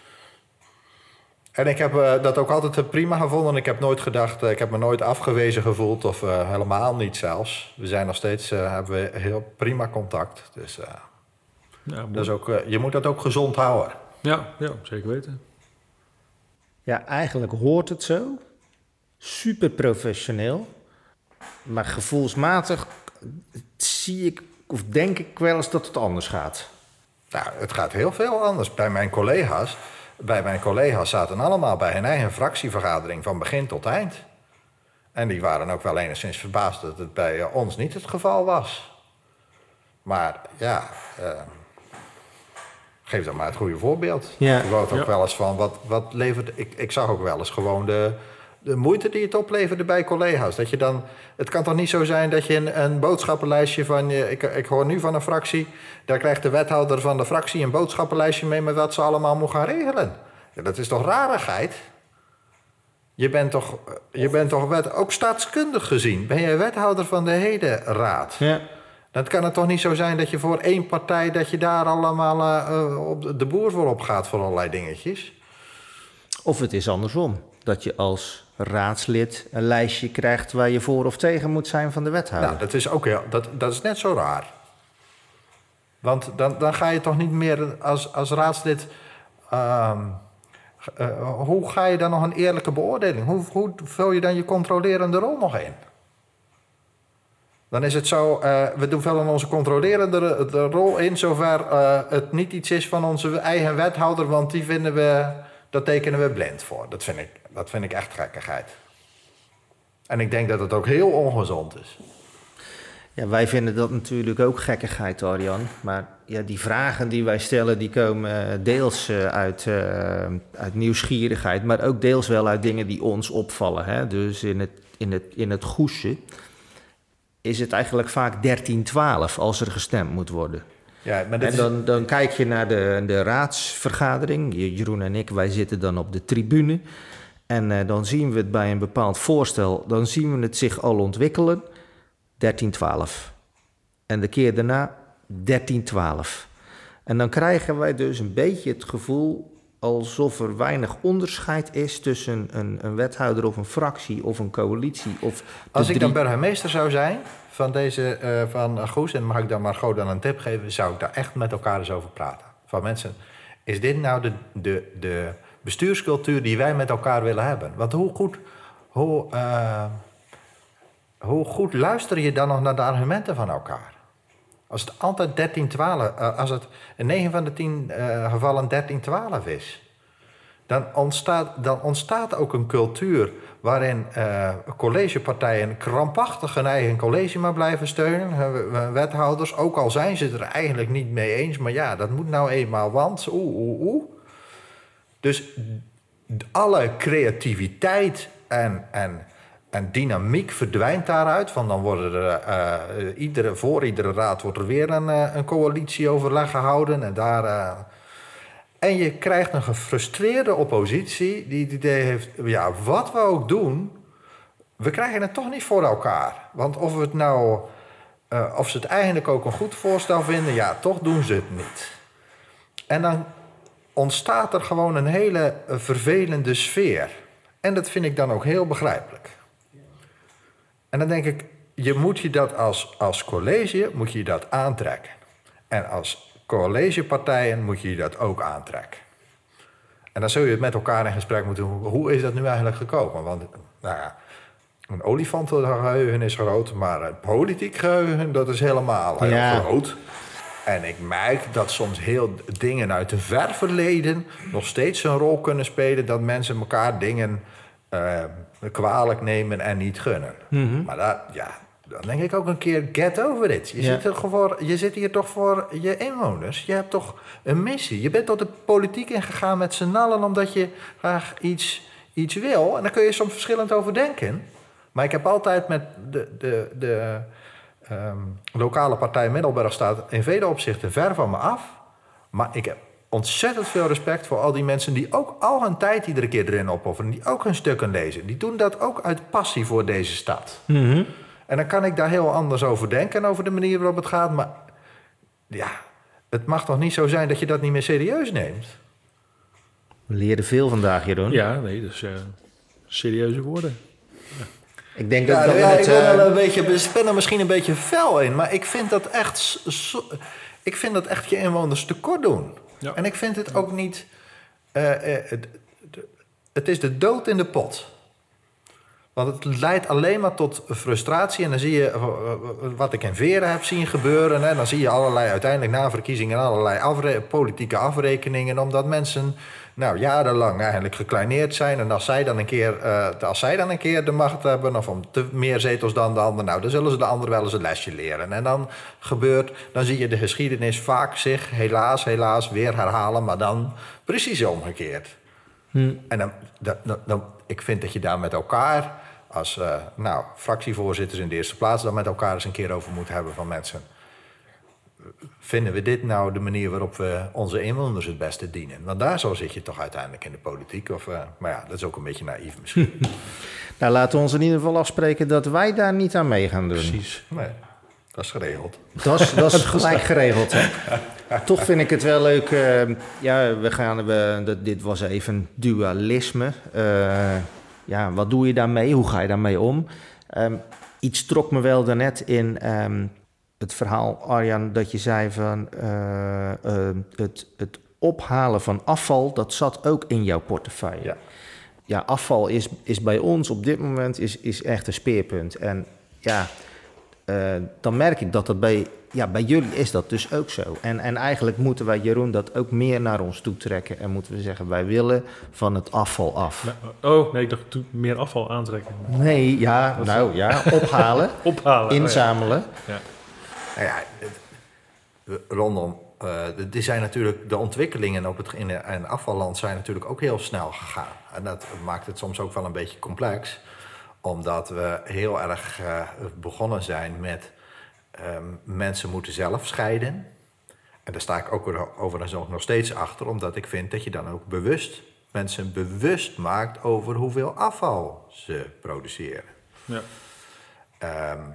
En ik heb uh, dat ook altijd prima gevonden. Ik heb nooit gedacht, uh, ik heb me nooit afgewezen gevoeld of uh, helemaal niet zelfs. We zijn nog steeds, uh, hebben we heel prima contact. Dus uh, ja, dat is ook, uh, je moet dat ook gezond houden. Ja, ja, zeker weten. Ja, eigenlijk hoort het zo. Super professioneel. Maar gevoelsmatig zie ik of denk ik wel eens dat het anders gaat. Nou, het gaat heel veel anders. Bij mijn collega's, bij mijn collega's zaten allemaal bij hun eigen fractievergadering van begin tot eind. En die waren ook wel enigszins verbaasd dat het bij uh, ons niet het geval was. Maar ja, uh, geef dan maar het goede voorbeeld. Ja. Ik wou ook Ja. wel eens van, wat, wat levert... Ik, ik zag ook wel eens gewoon de, de moeite die het opleverde bij collega's. Dat je dan... Het kan toch niet zo zijn dat je een, een boodschappenlijstje van... Je, ik, ik hoor nu van een fractie... Daar krijgt de wethouder van de fractie een boodschappenlijstje mee... met wat ze allemaal moet gaan regelen. Ja, dat is toch rarigheid? Je bent toch, je bent toch wet, ook staatskundig gezien... ben je wethouder van de hele raad. Ja. Dan kan het toch niet zo zijn dat je voor één partij... dat je daar allemaal uh, op de boer voor op gaat voor allerlei dingetjes. Of het is andersom. Dat je als raadslid een lijstje krijgt... waar je voor of tegen moet zijn van de wethouder. Nou, dat is ook heel, dat, dat is net zo raar. Want dan, dan ga je toch niet meer als, als raadslid... Uh, uh, hoe ga je dan nog een eerlijke beoordeling? Hoe, hoe vul je dan je controlerende rol nog in? Dan is het zo, uh, we doen vullen onze controlerende de rol in... zover uh, het niet iets is van onze eigen wethouder... want die vinden we, dat tekenen we blind voor. Dat vind ik, dat vind ik echt gekkigheid. En ik denk dat het ook heel ongezond is. Ja, wij vinden dat natuurlijk ook gekkigheid, Arjan. Maar ja, die vragen die wij stellen, die komen deels uh, uit, uh, uit nieuwsgierigheid... maar ook deels wel uit dingen die ons opvallen. Hè? Dus in het, in het, in het Goesje is het eigenlijk vaak dertien twaalf als er gestemd moet worden. Ja, maar dit En dan, dan kijk je naar de, de raadsvergadering. Jeroen en ik, wij zitten dan op de tribune. En uh, dan zien we het bij een bepaald voorstel... dan zien we het zich al ontwikkelen... dertien twaalf. En de keer daarna dertien twaalf. En dan krijgen wij dus een beetje het gevoel... alsof er weinig onderscheid is tussen een, een wethouder of een fractie of een coalitie. Of Als ik drie... dan burgemeester zou zijn van deze uh, van Goes... en mag ik dan Margot dan een tip geven... zou ik daar echt met elkaar eens over praten. Van mensen, is dit nou de, de, de bestuurscultuur die wij met elkaar willen hebben? Want hoe goed... Hoe, uh, Hoe goed luister je dan nog naar de argumenten van elkaar? Als het altijd dertien twaalf, als het in negen van de tien uh, gevallen dertien twaalf is, dan ontstaat, dan ontstaat ook een cultuur waarin uh, collegepartijen krampachtig hun eigen college maar blijven steunen. Uh, wethouders, ook al zijn ze het er eigenlijk niet mee eens, maar ja, dat moet nou eenmaal, want oeh, oeh, oeh. Dus alle creativiteit en... en En dynamiek verdwijnt daaruit. Van dan worden er uh, iedere, voor iedere raad wordt er weer een, uh, een coalitieoverleg gehouden. En, daar, uh, en je krijgt een gefrustreerde oppositie die het idee heeft... ja, wat we ook doen, we krijgen het toch niet voor elkaar. Want of, we het nou, uh, of ze het eigenlijk ook een goed voorstel vinden... ja, toch doen ze het niet. En dan ontstaat er gewoon een hele uh, vervelende sfeer. En dat vind ik dan ook heel begrijpelijk. En dan denk ik, je moet je dat als, als college moet je dat aantrekken. En als collegepartijen moet je dat ook aantrekken. En dan zul je het met elkaar in gesprek moeten doen. Hoe is dat nu eigenlijk gekomen? Want nou ja, een olifantengeheugen is groot, maar het politiek geheugen, dat is helemaal heel ja. groot. En ik merk dat soms heel dingen uit een ver verleden nog steeds een rol kunnen spelen, dat mensen elkaar dingen uh, kwalijk nemen en niet gunnen. Mm-hmm. Maar dat, ja, dan denk ik ook een keer, get over it. Je, ja. zit er voor, je zit hier toch voor je inwoners. Je hebt toch een missie. Je bent tot de politiek ingegaan met z'n allen omdat je graag iets, iets wil. En daar kun je soms verschillend over denken. Maar ik heb altijd met de, de, de um, lokale partij Middelburg staat in vele opzichten ver van me af. Maar ik heb ontzettend veel respect voor al die mensen die ook al hun tijd iedere keer erin opofferen. Die ook hun stukken lezen. Die doen dat ook uit passie voor deze stad. Mm-hmm. En dan kan ik daar heel anders over denken, over de manier waarop het gaat. Maar ja, het mag toch niet zo zijn dat je dat niet meer serieus neemt? We leerden veel vandaag, Jeroen. Ja, nee, dus uh, serieuze woorden. Ja. Ik denk ja, dat, dat ja, het, ik ben, uh... wel een beetje, ik ben er misschien een beetje fel in, maar ik vind dat echt, zo, ik vind dat echt je inwoners tekort doen. Ja. En ik vind het ook niet, uh, uh, het, het is de dood in de pot. Want het leidt alleen maar tot frustratie. En dan zie je wat ik in Veren heb zien gebeuren. Hè. Dan zie je allerlei, uiteindelijk na verkiezingen... allerlei afre- politieke afrekeningen... omdat mensen nou, jarenlang eigenlijk gekleineerd zijn. En als zij dan een keer, uh, als zij dan een keer de macht hebben, of om te meer zetels dan de ander, nou, dan zullen ze de ander wel eens een lesje leren. En dan gebeurt, dan zie je de geschiedenis vaak zich helaas, helaas weer herhalen, maar dan precies omgekeerd. Hm. En dan, dan, dan, dan, ik vind dat je daar met elkaar, als uh, nou, fractievoorzitters in de eerste plaats, dan met elkaar eens een keer over moet hebben van mensen. Vinden we dit nou de manier waarop we onze inwoners het beste dienen? Want daar zo zit je toch uiteindelijk in de politiek. Of, uh, maar ja, dat is ook een beetje naïef misschien. Nou, laten we ons in ieder geval afspreken dat wij daar niet aan mee gaan doen. Precies. Nee, dat is geregeld. Dat is, dat is gelijk geregeld, hè? Toch vind ik het wel leuk. Uh, ja, we gaan, we, dat, dit was even dualisme. Uh, ja, wat doe je daarmee? Hoe ga je daarmee om? Um, iets trok me wel daarnet in... Um, Het verhaal, Arjan, dat je zei van uh, uh, het, het ophalen van afval, dat zat ook in jouw portefeuille. Ja, ja afval is, is bij ons op dit moment is, is echt een speerpunt. En ja, uh, dan merk ik dat dat bij, ja, bij jullie is dat dus ook zo. En, en eigenlijk moeten wij, Jeroen, dat ook meer naar ons toe trekken. En moeten we zeggen, wij willen van het afval af. Oh, nee, ik dacht meer afval aantrekken. Nee, ja, nou ja, ophalen, ophalen inzamelen. Oh ja. Ja. Nou ja, het, rondom, uh, die zijn natuurlijk, de ontwikkelingen op het, in een afvalland zijn natuurlijk ook heel snel gegaan. En dat maakt het soms ook wel een beetje complex, omdat we heel erg uh, begonnen zijn met um, mensen moeten zelf scheiden. En daar sta ik ook overigens ook nog steeds achter, omdat ik vind dat je dan ook bewust mensen bewust maakt over hoeveel afval ze produceren. Ja. Um,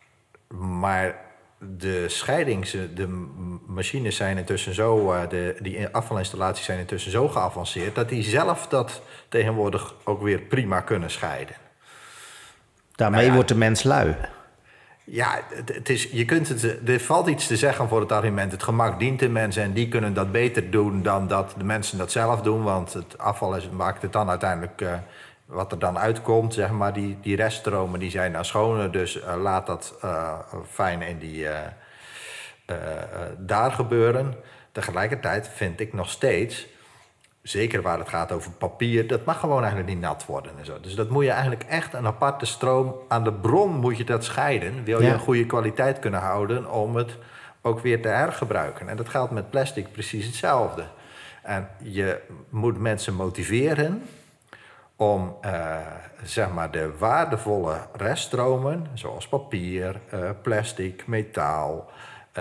maar de scheidings, de machines zijn intussen zo, de, die afvalinstallaties zijn intussen zo geavanceerd dat die zelf dat tegenwoordig ook weer prima kunnen scheiden. Daarmee nou ja, wordt de mens lui. Ja, het, het is, je kunt het, er valt iets te zeggen voor het argument. Het gemak dient de mensen en die kunnen dat beter doen dan dat de mensen dat zelf doen. Want het afval is, maakt het dan uiteindelijk, uh, wat er dan uitkomt, zeg maar, die, die reststromen die zijn dan schoner. Dus uh, laat dat uh, fijn in die, uh, uh, uh, daar gebeuren. Tegelijkertijd vind ik nog steeds, zeker waar het gaat over papier, dat mag gewoon eigenlijk niet nat worden en zo. Dus dat moet je eigenlijk echt een aparte stroom, aan de bron moet je dat scheiden. Wil je ja. een goede kwaliteit kunnen houden om het ook weer te hergebruiken. En dat geldt met plastic precies hetzelfde. En je moet mensen motiveren om uh, zeg maar de waardevolle reststromen, zoals papier, uh, plastic, metaal, Uh,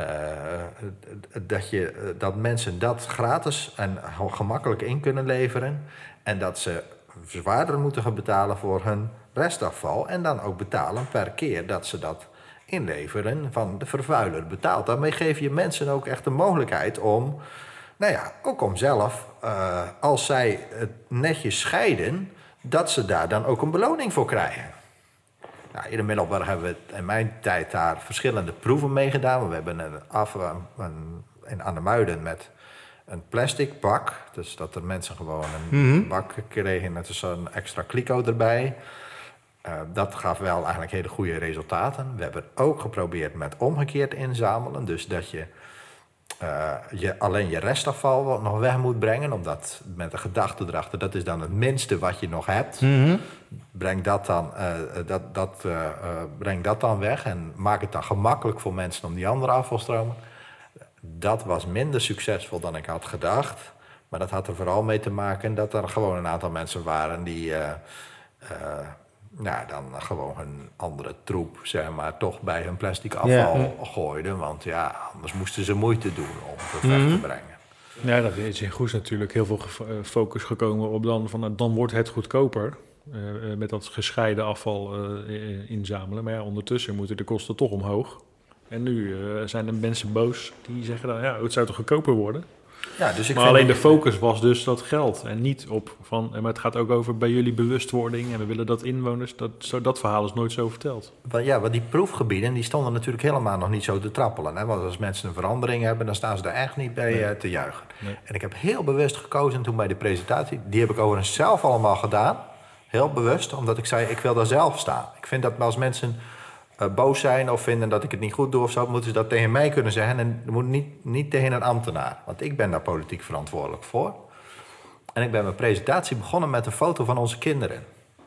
dat, je, dat mensen dat gratis en gemakkelijk in kunnen leveren en dat ze zwaarder moeten gaan betalen voor hun restafval en dan ook betalen per keer dat ze dat inleveren van de vervuiler betaalt. Daarmee geef je mensen ook echt de mogelijkheid om, nou ja, ook om zelf, uh, als zij het netjes scheiden, dat ze daar dan ook een beloning voor krijgen. Nou, in de Middelburg hebben we in mijn tijd daar verschillende proeven mee gedaan. We hebben een af, een, in Annemuiden met een plastic bak. Dus dat er mensen gewoon een mm-hmm. bak kregen met zo'n extra kliko erbij. Uh, dat gaf wel eigenlijk hele goede resultaten. We hebben ook geprobeerd met omgekeerd inzamelen. Dus dat je, uh, je alleen je restafval nog weg moet brengen. Omdat met de gedachte erachter, dat is dan het minste wat je nog hebt. Mm-hmm. Breng dat dan, uh, dat, dat, uh, uh, breng dat dan weg en maak het dan gemakkelijk voor mensen om die andere afvalstromen. Dat was minder succesvol dan ik had gedacht. Maar dat had er vooral mee te maken dat er gewoon een aantal mensen waren die uh, uh, nou, dan gewoon hun andere troep, zeg maar, toch bij hun plastic afval ja. gooiden. Want ja, anders moesten ze moeite doen om het weg mm-hmm. te brengen. Ja, dat is in Goes natuurlijk heel veel focus gekomen op dan van dan wordt het goedkoper. Uh, met dat gescheiden afval uh, inzamelen. Maar ja, ondertussen moeten de kosten toch omhoog. En nu uh, zijn er mensen boos die zeggen dan, ja, het zou toch goedkoper worden? Ja, dus ik maar alleen de focus was dus dat geld. En niet op van, maar het gaat ook over bij jullie bewustwording. En we willen dat inwoners, dat, zo, dat verhaal is nooit zo verteld. Ja, want die proefgebieden, die stonden natuurlijk helemaal nog niet zo te trappelen. Hè? Want als mensen een verandering hebben, dan staan ze daar echt niet bij nee. uh, te juichen. Nee. En ik heb heel bewust gekozen toen bij de presentatie. Die heb ik overigens zelf allemaal gedaan. Heel bewust, omdat ik zei, ik wil daar zelf staan. Ik vind dat als mensen uh, boos zijn of vinden dat ik het niet goed doe of zo, moeten ze dat tegen mij kunnen zeggen en moet niet, niet tegen een ambtenaar. Want ik ben daar politiek verantwoordelijk voor. En ik ben mijn presentatie begonnen met een foto van onze kinderen.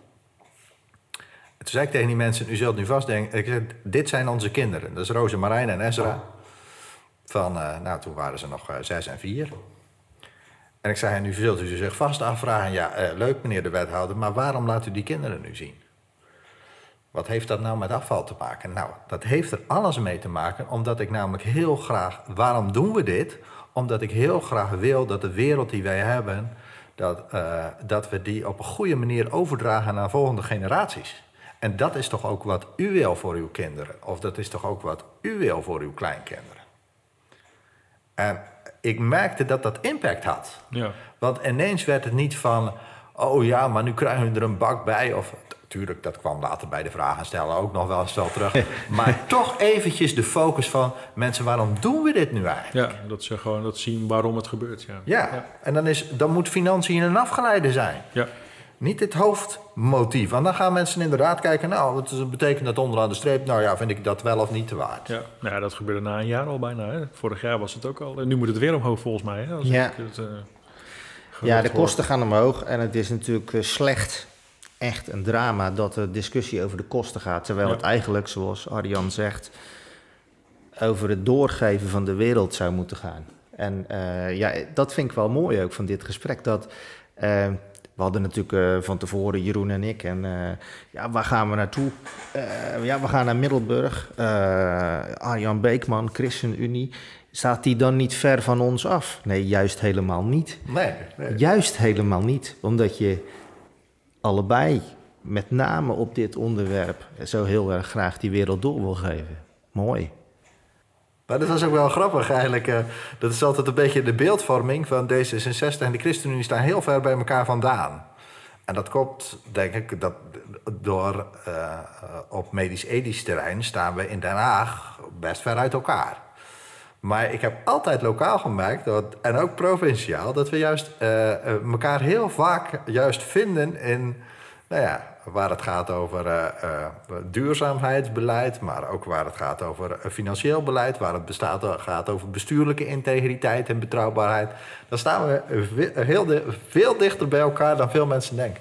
En toen zei ik tegen die mensen, u zult nu vast denken... Ik zeg, dit zijn onze kinderen. Dat is Roze, Marijn en Ezra. Van, uh, nou, toen waren ze nog uh, zes en vier. En ik zei, en nu zult u zich vast afvragen... ja, uh, leuk meneer de wethouder, maar waarom laat u die kinderen nu zien? Wat heeft dat nou met afval te maken? Nou, dat heeft er alles mee te maken... omdat ik namelijk heel graag... Waarom doen we dit? Omdat ik heel graag wil dat de wereld die wij hebben... dat, uh, dat we die op een goede manier overdragen naar volgende generaties. En dat is toch ook wat u wil voor uw kinderen? Of dat is toch ook wat u wil voor uw kleinkinderen? En ik merkte dat dat impact had. Ja. Want ineens werd het niet van... oh ja, maar nu krijgen we er een bak bij. Of tuurlijk, dat kwam later bij de vragen stellen ook nog wel eens wel terug. Maar toch eventjes de focus van... mensen, waarom doen we dit nu eigenlijk? Ja, dat ze gewoon dat zien waarom het gebeurt. Ja, Ja, ja. En dan, is, dan moet financiën een afgeleide zijn. Ja. Niet het hoofdmotief. Want dan gaan mensen inderdaad kijken... nou, wat betekent dat onderaan de streep? Nou ja, vind ik dat wel of niet te waard? Ja, nou ja, dat gebeurde na een jaar al bijna. Hè. Vorig jaar was het ook al. En nu moet het weer omhoog volgens mij. Hè, als Ja. ik het, uh, Ja, de kosten gaan omhoog en het is natuurlijk uh, slecht, echt een drama dat de discussie over de kosten gaat. Terwijl Ja. het eigenlijk, zoals Arjan zegt, over het doorgeven van de wereld zou moeten gaan. En uh, ja, dat vind ik wel mooi ook van dit gesprek. Dat, uh, we hadden natuurlijk uh, van tevoren, Jeroen en ik, en uh, ja, waar gaan we naartoe? Uh, ja, we gaan naar Middelburg. Uh, Arjan Beekman, ChristenUnie. Staat die dan niet ver van ons af? Nee, juist helemaal niet. Nee, nee. Juist helemaal niet. Omdat je allebei, met name op dit onderwerp, zo heel erg graag die wereld door wil geven. Mooi. Maar dat was ook wel grappig eigenlijk. Uh, dat is altijd een beetje de beeldvorming van D zesenzestig en de ChristenUnie staan heel ver bij elkaar vandaan. En dat komt, denk ik, dat door uh, op medisch-ethisch terrein staan we in Den Haag best ver uit elkaar. Maar ik heb altijd lokaal gemerkt, dat, en ook provinciaal, dat we juist uh, elkaar heel vaak juist vinden in, nou ja, waar het gaat over uh, uh, duurzaamheidsbeleid, maar ook waar het gaat over uh, financieel beleid, waar het bestaat, gaat over bestuurlijke integriteit en betrouwbaarheid. Dan staan we heel di- veel dichter bij elkaar dan veel mensen denken.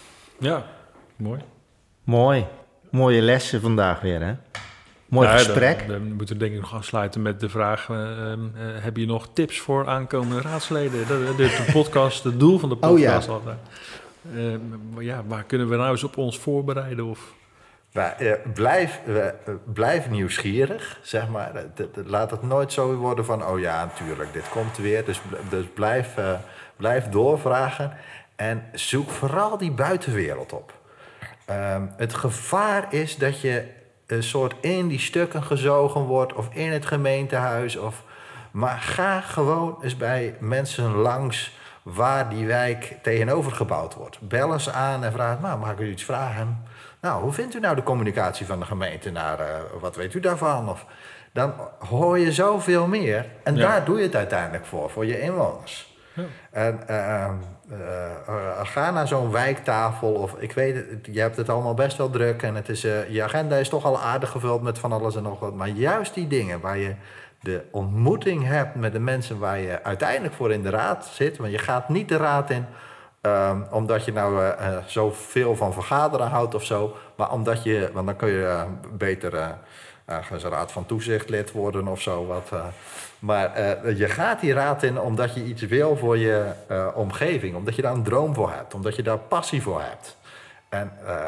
Ja, mooi. Mooi. Mooie lessen vandaag weer, hè? Mooi Ja, gesprek. Dan, dan moeten we denk ik nog afsluiten met de vraag... Uh, uh, heb je nog tips voor aankomende raadsleden? De, de, de podcast, het doel van de podcast. Oh, altijd. Uh, ja, waar kunnen we nou eens op ons voorbereiden? Of... Maar, uh, blijf, uh, blijf nieuwsgierig, zeg maar. De, de, laat het nooit zo worden van... oh ja, natuurlijk, dit komt weer. Dus, dus blijf, uh, blijf doorvragen. En zoek vooral die buitenwereld op. Uh, het gevaar is dat je een soort in die stukken gezogen wordt... of in het gemeentehuis. Of, maar ga gewoon eens bij mensen langs... waar die wijk tegenover gebouwd wordt. Bel eens aan en vraag, nou, mag ik u iets vragen? Nou, hoe vindt u nou de communicatie van de gemeente naar, uh, wat weet u daarvan? Of, dan hoor je zoveel meer. En Ja. daar doe je het uiteindelijk voor, voor je inwoners. Ja. En uh, uh, uh, ga naar zo'n wijktafel of ik weet het, je hebt het allemaal best wel druk en het is, uh, je agenda is toch al aardig gevuld met van alles en nog wat. Maar juist die dingen waar je de ontmoeting hebt met de mensen waar je uiteindelijk voor in de raad zit. Want je gaat niet de raad in um, omdat je nou uh, uh, zoveel van vergaderen houdt of zo. Maar omdat je, want dan kun je uh, beter uh, ergens raad van toezicht lid worden of zo. Wat, uh, maar uh, je gaat die raad in omdat je iets wil voor je uh, omgeving. Omdat je daar een droom voor hebt. Omdat je daar passie voor hebt. En uh,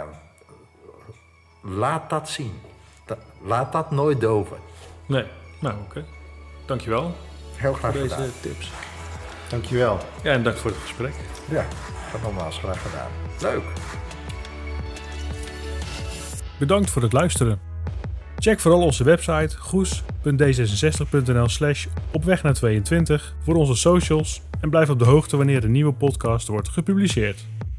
laat dat zien. Da- laat dat nooit doven. Nee, nou oké. Okay. Dankjewel Heel graag voor deze gedaan. tips. Dankjewel. Ja, en dank voor het gesprek. Ja, dat nogmaals graag gedaan. Leuk. Bedankt voor het luisteren. Check vooral onze website goes punt d zesenzestig punt n l slash op weg naar tweeëntwintig voor onze socials en blijf op de hoogte wanneer een nieuwe podcast wordt gepubliceerd.